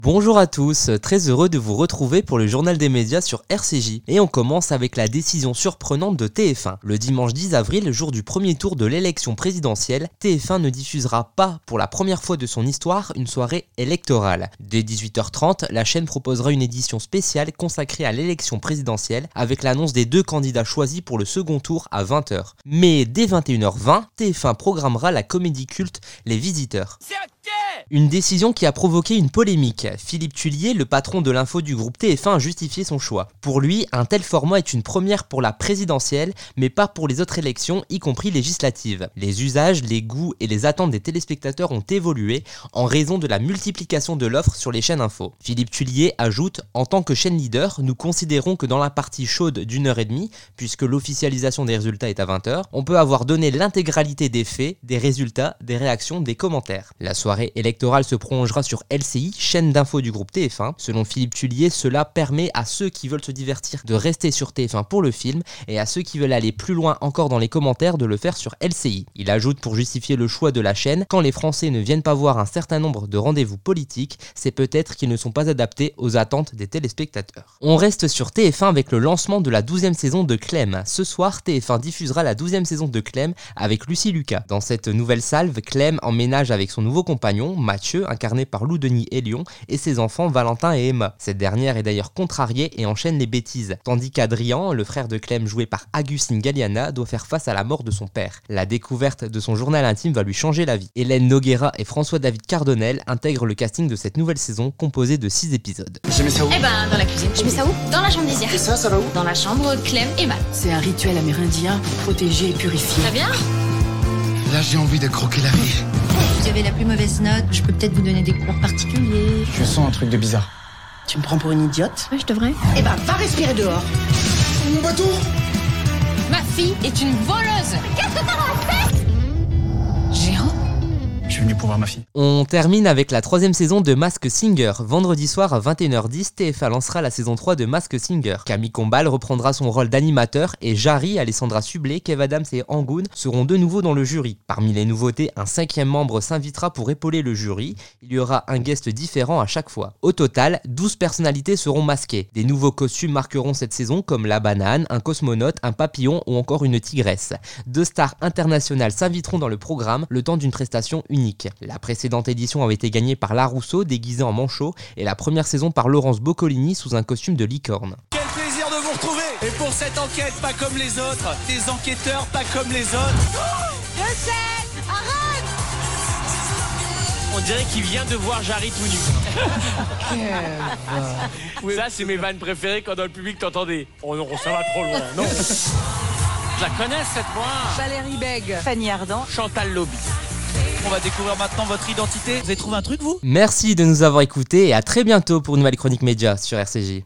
Bonjour à tous, très heureux de vous retrouver pour le journal des médias sur RCJ. Et on commence avec la décision surprenante de TF1. Le dimanche 10 avril, jour du premier tour de l'élection présidentielle, TF1 ne diffusera pas, pour la première fois de son histoire, une soirée électorale. Dès 18h30, la chaîne proposera une édition spéciale consacrée à l'élection présidentielle, avec l'annonce des deux candidats choisis pour le second tour à 20h. Mais dès 21h20, TF1 programmera la comédie culte Les Visiteurs. Une décision qui a provoqué une polémique. Philippe Tullier, le patron de l'info du groupe TF1, a justifié son choix. Pour lui, un tel format est une première pour la présidentielle, mais pas pour les autres élections, y compris législatives. Les usages, les goûts et les attentes des téléspectateurs ont évolué en raison de la multiplication de l'offre sur les chaînes info. Philippe Tullier ajoute « En tant que chaîne leader, nous considérons que dans la partie chaude d'1h30, puisque l'officialisation des résultats est à 20h, on peut avoir donné l'intégralité des faits, des résultats, des réactions, des commentaires. La soirée électorale se prolongera sur LCI, chaîne d'info du groupe TF1. Selon Philippe Tullier, cela permet à ceux qui veulent se divertir de rester sur TF1 pour le film et à ceux qui veulent aller plus loin encore dans les commentaires de le faire sur LCI. Il ajoute pour justifier le choix de la chaîne, quand les Français ne viennent pas voir un certain nombre de rendez-vous politiques, c'est peut-être qu'ils ne sont pas adaptés aux attentes des téléspectateurs. On reste sur TF1 avec le lancement de la 12e saison de Clem. Ce soir, TF1 diffusera la 12e saison de Clem avec Lucie Lucas. Dans cette nouvelle salve, Clem emménage avec son nouveau compagnon, Mathieu, incarné par Lou Denis Hélion, et ses enfants Valentin et Emma. Cette dernière est d'ailleurs contrariée et enchaîne les bêtises, tandis qu'Adrien, le frère de Clem joué par Agustin Galliana, doit faire face à la mort de son père. La découverte de son journal intime va lui changer la vie. Hélène Noguera et François-David Cardonnel intègrent le casting de cette nouvelle saison composée de 6 épisodes. Je mets ça où? Dans la cuisine. Je mets ça où? Dans la chambre d'Isia. Et ça va où? Dans la chambre Clem et Matt. C'est un rituel amérindien pour protéger et purifier. Très bien. Là, j'ai envie de croquer la vie. Vous avez la plus mauvaise note, je peux peut-être vous donner des cours particuliers. Je sens un truc de bizarre. Tu me prends pour une idiote? Ouais, je devrais. Va respirer dehors. Mon bateau! Ma fille est une voleuse. Qu'est-ce que t'as dans la tête? Géant. Je suis venu pour voir ma fille. On termine avec la 3e saison de Masked Singer. Vendredi soir à 21h10, TF1 lancera la saison 3 de Masked Singer. Camille Combal reprendra son rôle d'animateur et Jarry, Alessandra Sublet, Kev Adams et Angoun seront de nouveau dans le jury. Parmi les nouveautés, un 5e membre s'invitera pour épauler le jury. Il y aura un guest différent à chaque fois. Au total, 12 personnalités seront masquées. Des nouveaux costumes marqueront cette saison comme la banane, un cosmonaute, un papillon ou encore une tigresse. 2 stars internationales s'inviteront dans le programme le temps d'une prestation unique. La précédente édition avait été gagnée par Larousseau déguisé en manchot et la première saison par Laurence Boccolini sous un costume de licorne. Quel plaisir de vous retrouver! Et pour cette enquête pas comme les autres, des enquêteurs pas comme les autres. Je sais. Arrête. On dirait qu'il vient de voir Jarry tout nu. Ça, c'est mes vannes préférées quand dans le public t'entendais. Oh non, ça va trop loin, non. Je la connais cette voix. Valérie Bègue, Fanny Ardant, Chantal Lobby. On va découvrir maintenant votre identité. Vous avez trouvé un truc, vous? Merci de nous avoir écoutés et à très bientôt pour une nouvelle chronique média sur RCJ.